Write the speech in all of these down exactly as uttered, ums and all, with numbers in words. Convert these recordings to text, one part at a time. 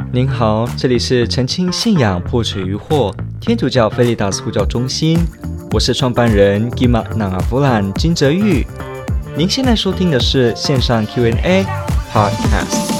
您好，这里是澄清信仰破除疑惑天主教菲利达斯呼叫中心，我是创办人 Gima Nangavulan 金哲玉。您现在收听的是线上 Q and A Podcast。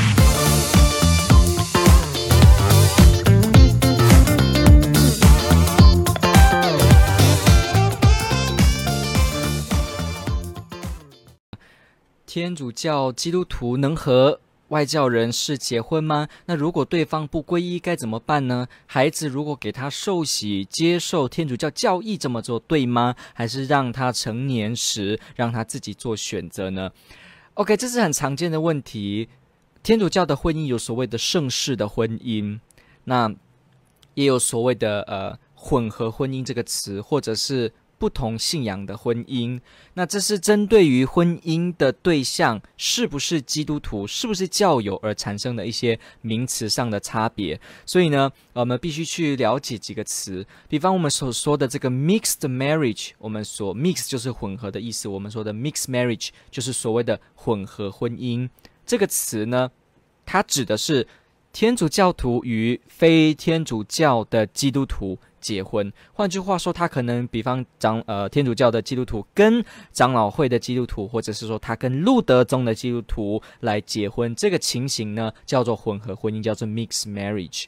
天主教基督徒能和外教人士结婚吗？那如果对方不皈依该怎么办呢？孩子如果给他受洗接受天主教教义这么做对吗？还是让他成年时让他自己做选择呢？ OK， 这是很常见的问题。天主教的婚姻有所谓的圣事的婚姻，那也有所谓的呃混合婚姻这个词，或者是不同信仰的婚姻。那这是针对于婚姻的对象是不是基督徒，是不是教友而产生的一些名词上的差别。所以呢，我们必须去了解几个词，比方我们所说的这个 mixed marriage， 我们所 mix 就是混合的意思，我们说的 mixed marriage 就是所谓的混合婚姻。这个词呢，它指的是天主教徒与非天主教的基督徒结婚。换句话说，他可能比方长呃天主教的基督徒跟长老会的基督徒，或者是说他跟路德宗的基督徒来结婚，这个情形呢叫做混合婚姻，叫做 mixed marriage。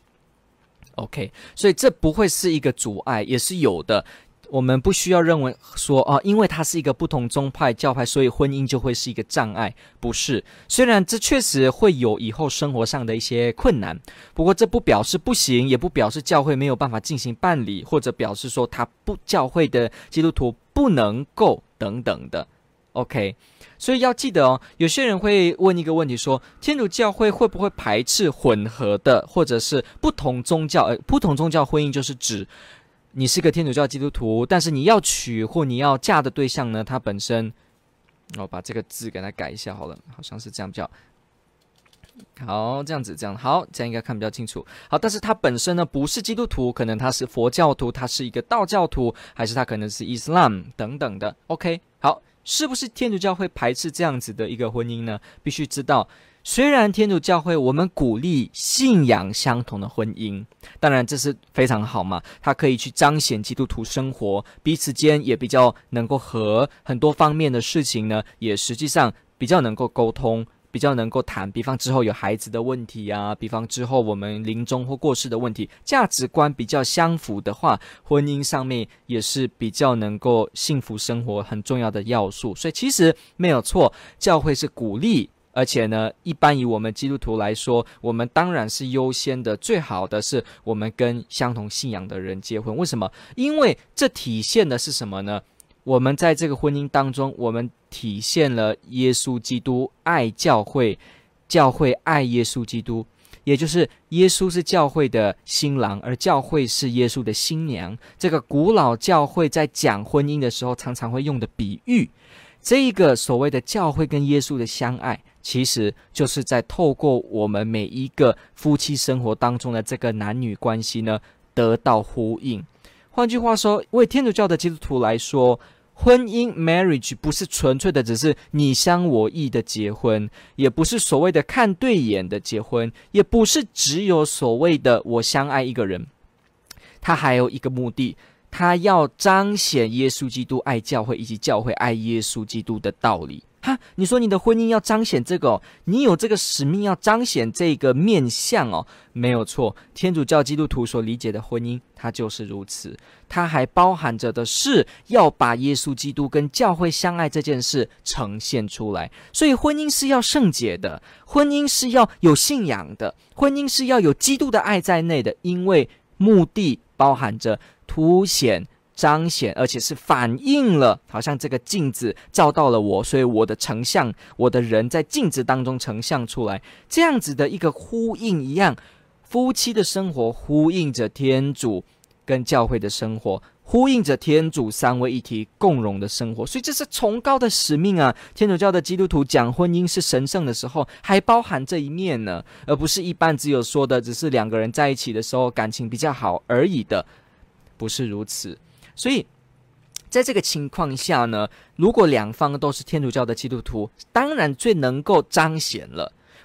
OK， 所以这不会是一个阻碍，也是有的。我们不需要认为说哦，因为它是一个不同宗派教派，所以婚姻就会是一个障碍。不是，虽然这确实会有以后生活上的一些困难，不过这不表示不行，也不表示教会没有办法进行办理，或者表示说他不教会的基督徒不能够等等的。OK， 所以要记得哦，有些人会问一个问题说，天主教会会不会排斥混合的，或者是不同宗教？呃，不同宗教婚姻就是指你是个天主教基督徒，但是你要娶或你要嫁的对象呢，他本身，我把这个字给它改一下好了，好像是这样比较好，这样子这样好，这样应该看比较清楚。好，但是他本身呢不是基督徒，可能他是佛教徒，他是一个道教徒，还是他可能是伊斯兰等等的。OK， 好，是不是天主教会排斥这样子的一个婚姻呢？必须知道，虽然天主教会我们鼓励信仰相同的婚姻，当然这是非常好嘛，它可以去彰显基督徒生活，彼此间也比较能够和很多方面的事情呢，也实际上比较能够沟通，比较能够谈，比方之后有孩子的问题啊，比方之后我们临终或过世的问题，价值观比较相符的话，婚姻上面也是比较能够幸福生活很重要的要素。所以其实没有错，教会是鼓励，而且呢，一般以我们基督徒来说，我们当然是优先的，最好的是我们跟相同信仰的人结婚。为什么？因为这体现的是什么呢？我们在这个婚姻当中，我们体现了耶稣基督爱教会，教会爱耶稣基督，也就是耶稣是教会的新郎，而教会是耶稣的新娘。这个古老教会在讲婚姻的时候常常会用的比喻，这一个所谓的教会跟耶稣的相爱，其实就是在透过我们每一个夫妻生活当中的这个男女关系呢，得到呼应。换句话说，为天主教的基督徒来说，婚姻 marriage 不是纯粹的只是你相我意的结婚，也不是所谓的看对眼的结婚，也不是只有所谓的我相爱一个人，它还有一个目的，他要彰显耶稣基督爱教会以及教会爱耶稣基督的道理。哈，你说你的婚姻要彰显这个哦，你有这个使命要彰显这个面向哦，没有错。天主教基督徒所理解的婚姻，它就是如此。它还包含着的是要把耶稣基督跟教会相爱这件事呈现出来。所以婚姻是要圣洁的，婚姻是要有信仰的，婚姻是要有基督的爱在内的，因为目的包含着凸显彰显，而且是反映了，好像这个镜子照到了我，所以我的成像，我的人在镜子当中成像出来，这样子的一个呼应一样。夫妻的生活呼应着天主跟教会的生活，呼应着天主三位一体共荣的生活，所以这是崇高的使命啊！天主教的基督徒讲婚姻是神圣的时候，还包含这一面呢，而不是一般只有说的只是两个人在一起的时候感情比较好而已的，不是如此。所以在这个情况下呢，如果两方都是天主教的基督徒，当然最能够彰显了。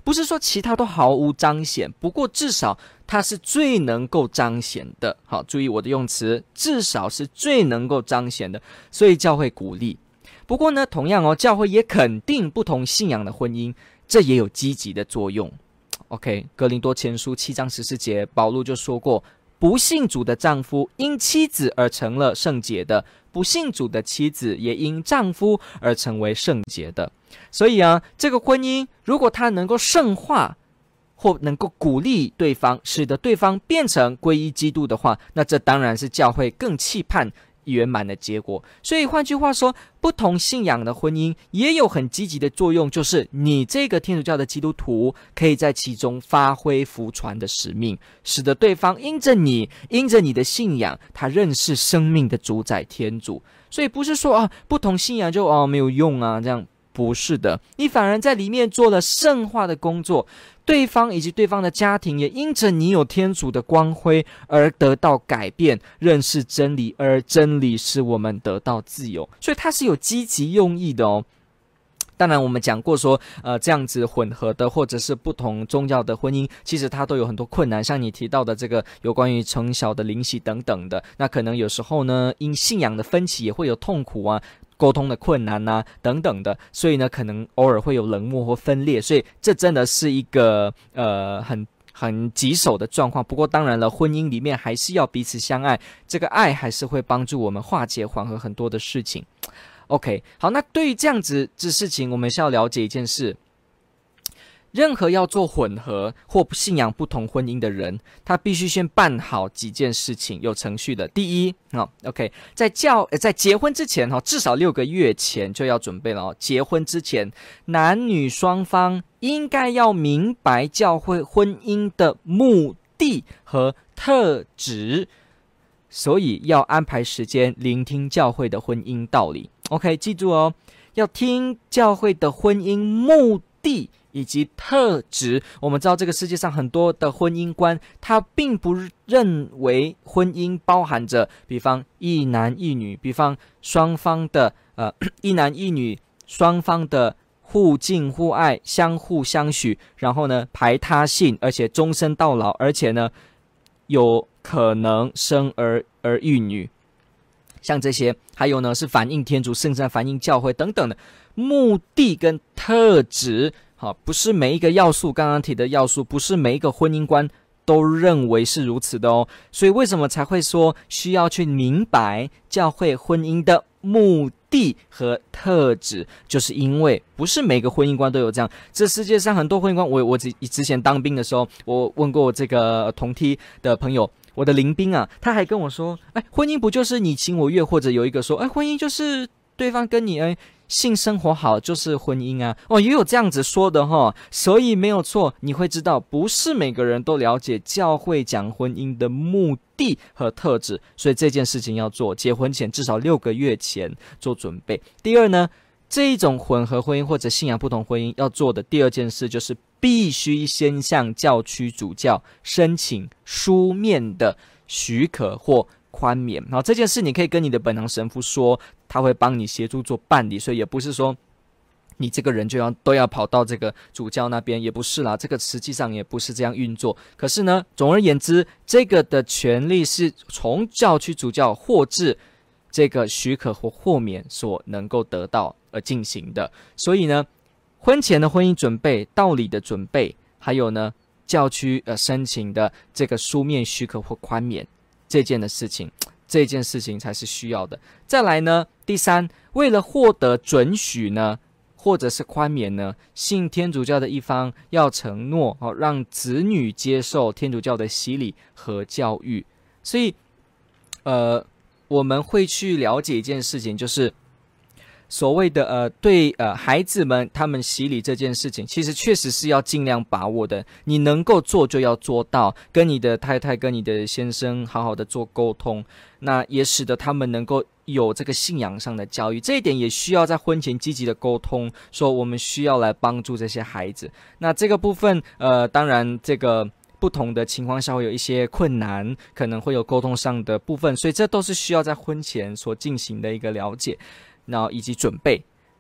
不是说其他都毫无彰显，不过至少它是最能够彰显的。好，注意我的用词，至少是最能够彰显的，所以教会鼓励。不过呢，同样哦，教会也肯定不同信仰的婚姻，这也有积极的作用。OK， 哥林多前书七章十四节，保禄就说过，不信主的丈夫因妻子而成了圣洁的，不信主的妻子也因丈夫而成为圣洁的。所以啊，这个婚姻如果它能够圣化，或能够鼓励对方，使得对方变成皈依基督的话，那这当然是教会更期盼圆满的结果。所以换句话说，不同信仰的婚姻也有很积极的作用，就是你这个天主教的基督徒可以在其中发挥福传的使命，使得对方因着你因着你的信仰，他认识生命的主宰天主。所以不是说啊，不同信仰就哦没有用啊，这样不是的，你反而在里面做了圣化的工作，对方以及对方的家庭也因着你有天主的光辉而得到改变，认识真理，而真理使我们得到自由，所以它是有积极用意的哦。当然我们讲过说呃，这样子混合的或者是不同宗教的婚姻，其实它都有很多困难，像你提到的这个有关于从小的灵洗等等的，那可能有时候呢因信仰的分歧也会有痛苦啊，沟通的困难啊等等的，所以呢可能偶尔会有冷漠或分裂，所以这真的是一个呃很很棘手的状况。不过当然了，婚姻里面还是要彼此相爱，这个爱还是会帮助我们化解缓和很多的事情。 OK， 好，那对于这样子的事情，我们是要了解一件事，任何要做混合或信仰不同婚姻的人，他必须先办好几件事情，有程序的。第一、哦、OK， 在教在结婚之前、哦、至少六个月前就要准备了、哦、结婚之前，男女双方应该要明白教会婚姻的目的和特质，所以要安排时间聆听教会的婚姻道理。 OK， 记住哦，要听教会的婚姻目的以及特质。我们知道这个世界上很多的婚姻观，他并不认为婚姻包含着比方一男一女，比方双方的呃一男一女双方的互敬互爱，相互相许，然后呢排他性，而且终身到老，而且呢有可能生儿儿育女，像这些，还有呢是反映天主圣善，反映教会等等的目的跟特质。好，不是每一个要素，刚刚提的要素，不是每一个婚姻观都认为是如此的哦。所以为什么才会说需要去明白教会婚姻的目的和特质，就是因为不是每个婚姻观都有这样。这世界上很多婚姻观，我我之之前当兵的时候，我问过这个同梯的朋友，我的邻兵啊，他还跟我说，哎，婚姻不就是你情我愿，或者有一个说，哎，婚姻就是对方跟你哎性生活好就是婚姻啊，哦，也有这样子说的哈。所以没有错，你会知道，不是每个人都了解教会讲婚姻的目的和特质，所以这件事情要做，结婚前至少六个月前做准备。第二呢，这一种混合婚姻或者信仰不同婚姻要做的第二件事，就是必须先向教区主教申请书面的许可或宽免。然后这件事你可以跟你的本堂神父说，他会帮你协助做办理，所以也不是说你这个人就要都要跑到这个主教那边，也不是啦，这个实际上也不是这样运作。可是呢，总而言之，这个的权利是从教区主教或至这个许可或豁免所能够得到而进行的。所以呢，婚前的婚姻准备、道理的准备，还有呢教区呃申请的这个书面许可或宽免这件的事情，这件事情才是需要的。再来呢，第三，为了获得准许呢，或者是宽免呢，信天主教的一方要承诺、哦、让子女接受天主教的洗礼和教育。所以呃我们会去了解一件事情，就是所谓的呃对呃孩子们他们洗礼这件事情，其实确实是要尽量把握的，你能够做就要做到，跟你的太太跟你的先生好好的做沟通，那也使得他们能够有这个信仰上的教育，这一点也需要在婚前积极的沟通，说我们需要来帮助这些孩子。那这个部分呃当然这个不同的情况下会有一些困难，可能会有沟通上的部分，所以这都是需要在婚前所进行的一个了解，然后以及准备。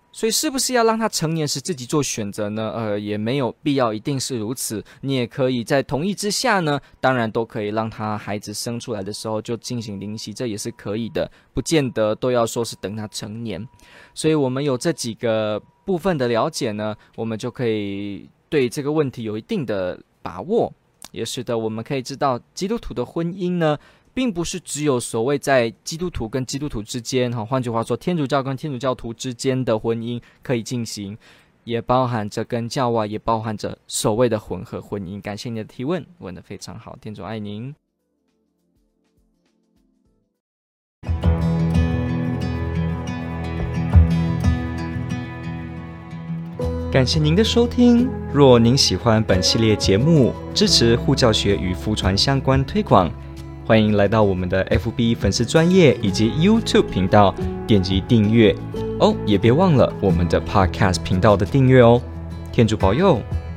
所以是不是要让他成年时自己做选择呢？呃，也没有必要一定是如此。你也可以在同意之下呢，当然都可以让他孩子生出来的时候就进行灵洗，这也是可以的，不见得都要说是等他成年。所以我们有这几个部分的了解呢，我们就可以对这个问题有一定的把握，也使得我们可以知道基督徒的婚姻呢，并不是只有所谓在基督徒跟基督徒之间，换句话说天主教跟天主教徒之间的婚姻可以进行，也包含着跟教外，也包含着所谓的混合婚姻。感谢你的提问，问得非常好，天主爱您。感谢您的收听。若您喜欢本系列节目，支持护教学与福传相关推广，欢迎来到我们的 F B 粉丝专页以及 YouTube 频道，点击订阅哦，也别忘了我们的 Podcast 频道的订阅哦。天主保佑。